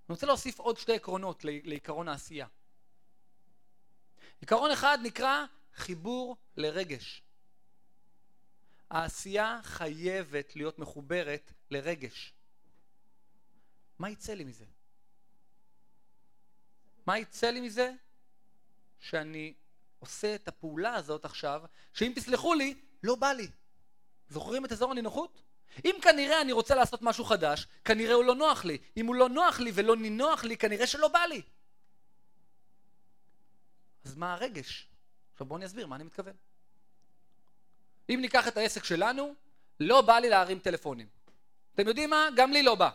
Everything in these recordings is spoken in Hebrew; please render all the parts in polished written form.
אני רוצה להוסיף עוד 2 עקרונות לעיקרון העשייה. עיקרון אחד נקרא חיבור לרגש. העשייה חייבת להיות מחוברת לרגש. מה יצא לי מזה? מה יצא לי מזה? שאני עושה את הפעולה הזאת עכשיו, שאם תסלחו לי, לא בא לי. זוכרים את אזור הנינוחות? אם כנראה אני רוצה לעשות משהו חדש, כנראה הוא לא נוח לי. אם הוא לא נוח לי ולא נינוח לי, כנראה שלא בא לי. אז מה הרגש? עכשיו בואו אני אסביר מה אני מתכוון. אם ניקח את העסק שלנו, לא בא לי להרים טלפונים. אתם יודעים מה? גם לי לא בא.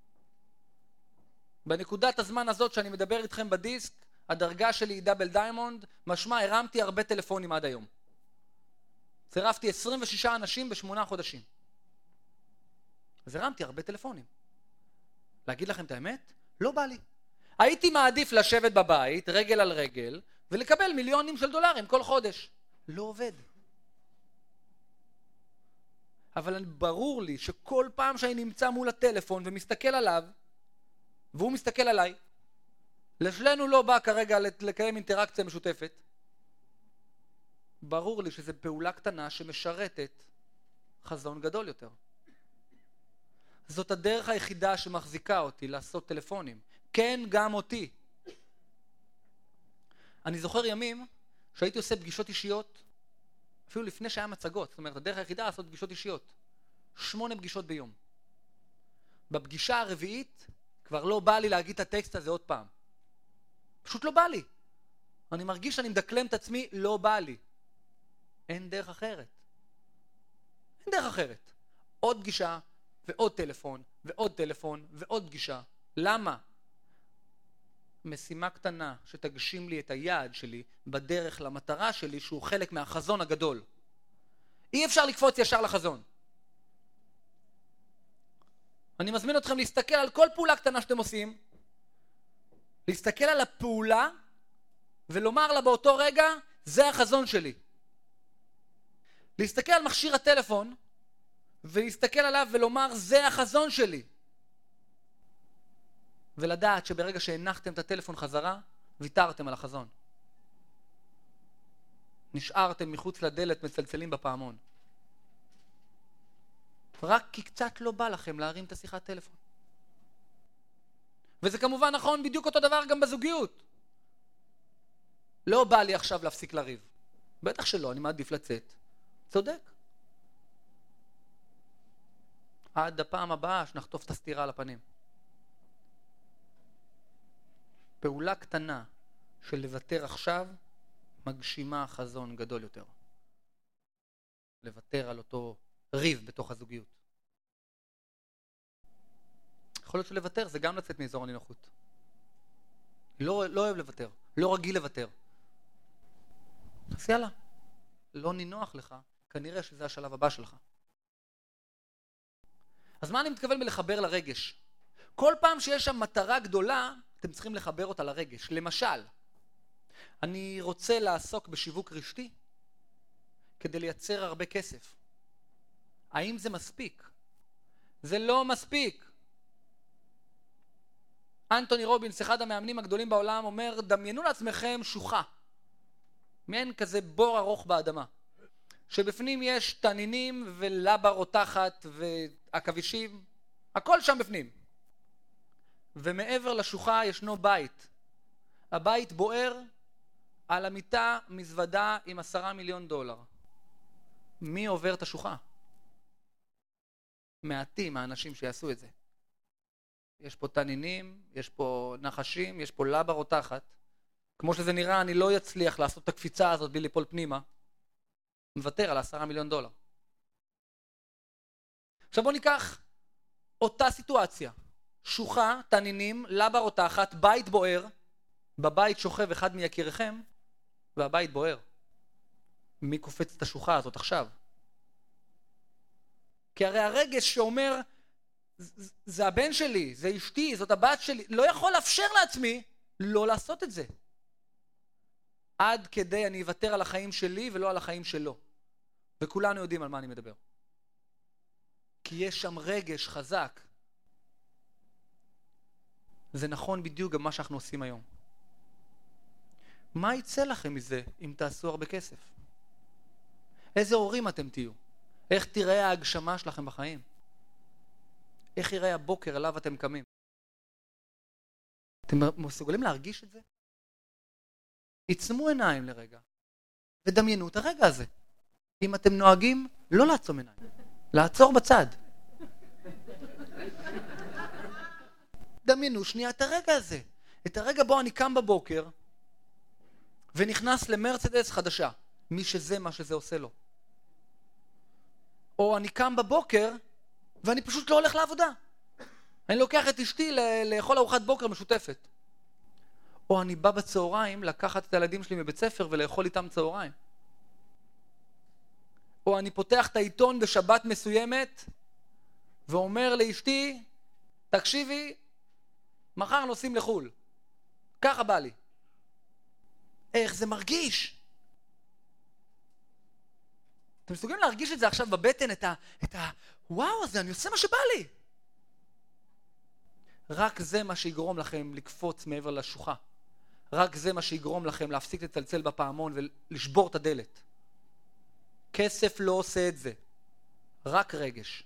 בנקודת הזמן הזאת שאני מדבר איתכם בדיסק, הדרגה שלי היא דאבל דיימונד, משמע הרמתי הרבה טלפונים עד היום. צירפתי 26 אנשים ב8 חודשים. אז הרמתי הרבה טלפונים. להגיד לכם את האמת? לא בא לי. הייתי מעדיף לשבת בבית, רגל על רגל, ולקבל מיליונים של דולרים כל חודש. לא עובד. אבל ברור לי שכל פעם שאני נמצא מול הטלפון ומסתכל עליו, והוא מסתכל עליי, לשלנו לא בא כרגע לקיים אינטראקציה משותפת, ברור לי שזו פעולה קטנה שמשרתת חזון גדול יותר. זאת הדרך היחידה שמחזיקה אותי לעשות טלפונים. כן, גם אותי. אני זוכר ימים שהייתי עושה פגישות אישיות, אפילו לפני שהיה מצגות. זאת אומרת, הדרך היחידה לעשות פגישות אישיות. 8 פגישות ביום. בפגישה הרביעית כבר לא בא לי להגיד את הטקסט הזה עוד פעם. פשוט לא בא לי. אני מרגיש שאני מדקלם את עצמי, לא בא לי. אין דרך אחרת. אין דרך אחרת. עוד פגישה ועוד טלפון ועוד טלפון ועוד פגישה. למה? משימה קטנה שתגשים לי את היעד שלי בדרך למטרה שלי שהוא חלק מהחזון הגדול. אי אפשר לקפוץ ישר לחזון. אני מזמין אתכם להסתכל על כל פעולה קטנה שאתם עושים, להסתכל על הפעולה ולומר לה באותו רגע, זה החזון שלי. להסתכל על מכשיר הטלפון ולהסתכל עליו ולומר, זה החזון שלי. ולדעת שברגע שהנחתם את הטלפון חזרה, ויתרתם על החזון. נשארתם מחוץ לדלת מצלצלים בפעמון. רק כי קצת לא בא לכם להרים את השיחת טלפון. וזה כמובן נכון בדיוק אותו דבר גם בזוגיות. לא בא לי עכשיו להפסיק לריב. בטח שלא, אני מעדיף לצאת. צודק. עד הפעם הבאה שנחטוף את הסתירה על הפנים. פעולה קטנה של לוותר עכשיו מגשימה חזון גדול יותר. לוותר על אותו ריב בתוך הזוגיות. יכול להיות שלוותר זה גם לצאת מאזור הנינוחות. לא אוהב לוותר, לא רגיל לוותר. אז יאללה, לא נינוח לך, כנראה שזה השלב הבא שלך. אז מה אני מתכוון בלחבר לרגש? כל פעם שיש שם מטרה גדולה, אתם צריכים לחבר אותה לרגש. למשל, אני רוצה לעסוק בשיווק רשתי כדי לייצר הרבה כסף. האם זה מספיק? זה לא מספיק. אנטוני רובינס, אחד המאמנים הגדולים בעולם, אומר, דמיינו לעצמכם שוחה. מעין כזה בור ארוך באדמה. שבפנים יש תנינים ולבה רותחת ועכבישים. הכל שם בפנים. ומעבר לשוחה ישנו בית. הבית בוער, על המיטה מזוודה עם $10 מיליון. מי עובר את השוחה? מעטים האנשים שיעשו את זה. יש פה תנינים, יש פה נחשים, יש פה לבה רותחת. כמו שזה נראה, אני לא אצליח לעשות את הקפיצה הזאת בלי ליפול פנימה. מוותר על $10 מיליון. עכשיו בוא ניקח אותה סיטואציה. שוחה, תנינים, לבה רותחת, בית בוער. בבית שוכב אחד מיקיריכם, והבית בוער. מי קופץ את השוחה הזאת עכשיו? כי הרי הרגש שאומר, זה הבן שלי, זה אשתי, זאת הבת שלי, לא יכול לאפשר לעצמי לא לעשות את זה. עד כדי אני אוותר על החיים שלי ולא על החיים שלו. וכולנו יודעים על מה אני מדבר. כי יש שם רגש חזק. זה נכון בדיוק גם מה שאנחנו עושים היום. מה יצא לכם מזה אם תעשו הרבה כסף? איזה הורים אתם תהיו? איך תראה ההגשמה שלכם בחיים? איך יראה הבוקר אליו אתם קמים? אתם מסוגלים להרגיש את זה? עצמו עיניים לרגע ודמיינו את הרגע הזה. אם אתם נוהגים לא לעצום עיניים, לעצור בצד. דמיינו שנייה את הרגע הזה. את הרגע בו אני קם בבוקר ונכנס למרצדס חדשה, מי שזה מה שזה עושה לו. או אני קם בבוקר ואני פשוט לא הולך לעבודה. אני לוקח את אשתי לאכול ארוחת בוקר משותפת. או אני בא בצהריים לקחת את הילדים שלי מבית ספר ולאכול איתם צהריים. או אני פותח את העיתון בשבת מסוימת ואומר לאשתי, תקשיבי, מחר נוסעים לחול. ככה בא לי. איך זה מרגיש? אתם מסוגלים להרגיש את זה עכשיו בבטן, את וואו הזה, אני עושה מה שבא לי. רק זה מה שיגרום לכם לקפוץ מעבר לשוחה. רק זה מה שיגרום לכם להפסיק לצלצל בפעמון ולשבור את הדלת. כסף לא עושה את זה. רק רגש.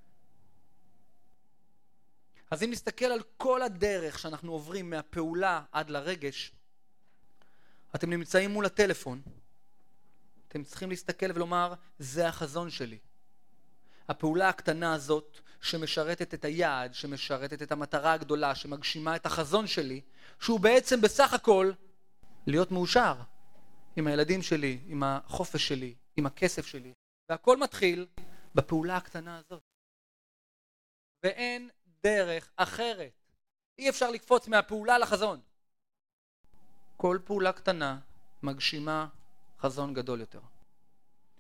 אז אם נסתכל על כל הדרך שאנחנו עוברים מהפעולה עד לרגש, אתם נמצאים מול הטלפון, אתם צריכים להסתכל ולומר, זה החזון שלי. הפעולה הקטנה הזאת שמשרתת את היעד, שמשרתת את המטרה הגדולה, שמגשימה את החזון שלי, שהוא בעצם בסך הכל להיות מאושר עם הילדים שלי, עם החופש שלי, עם הכסף שלי. והכל מתחיל בפעולה הקטנה הזאת. ואין דרך אחרת. אי אפשר לקפוץ מהפעולה לחזון. כל פעולה קטנה מגשימה חזון גדול יותר.